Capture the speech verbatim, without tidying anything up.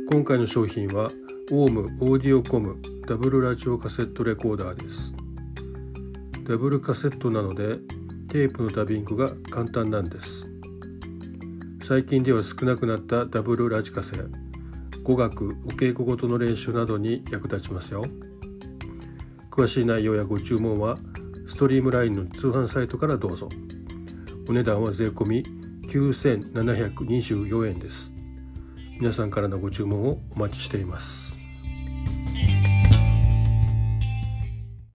今回の商品はオームオーディオコムダブルラジオカセットレコーダーです。ダブルカセットなのでテープのダビングが簡単なんです。最近では少なくなったダブルラジカセ、語学、お稽古ごとの練習などに役立ちますよ。詳しい内容やご注文はストリームラインの通販サイトからどうぞ。お値段は税込みきゅうせんななひゃくにじゅうよえんです。皆さんからのご注文をお待ちしています。